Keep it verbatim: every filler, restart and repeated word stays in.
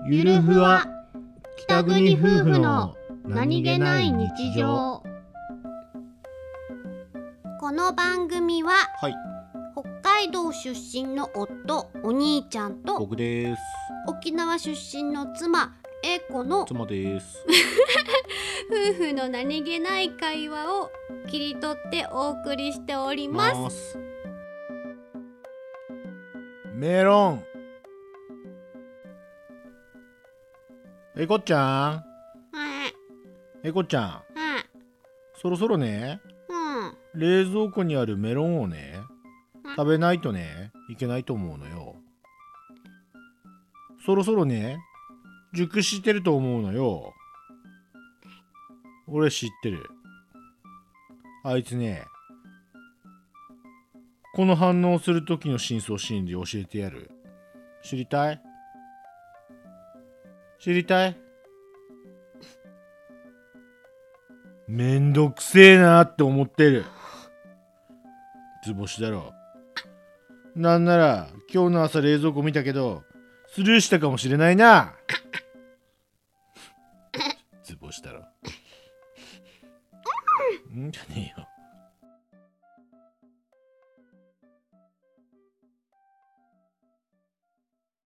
ゆるふわ北国夫婦の何気ない日常。 この番組は、 はい、 北海道出身の夫お兄ちゃんと僕です。 沖縄出身の妻英子の妻です。 夫婦の何気ない会話を切り取ってお送りしております。 ますメロン。えこちゃんはいえこちゃん、 はいそろそろね、 うん冷蔵庫にあるメロンをね、食べないとねいけないと思うのよ。そろそろね、熟してると思うのよ。俺知ってる。あいつね、この反応する時の深層心理教えてやる。知りたい知りたいめんどくせえなって思ってる。図星だろ。なんなら今日の朝冷蔵庫見たけどスルーしたかもしれないな。図星だろ。んじゃねえよ。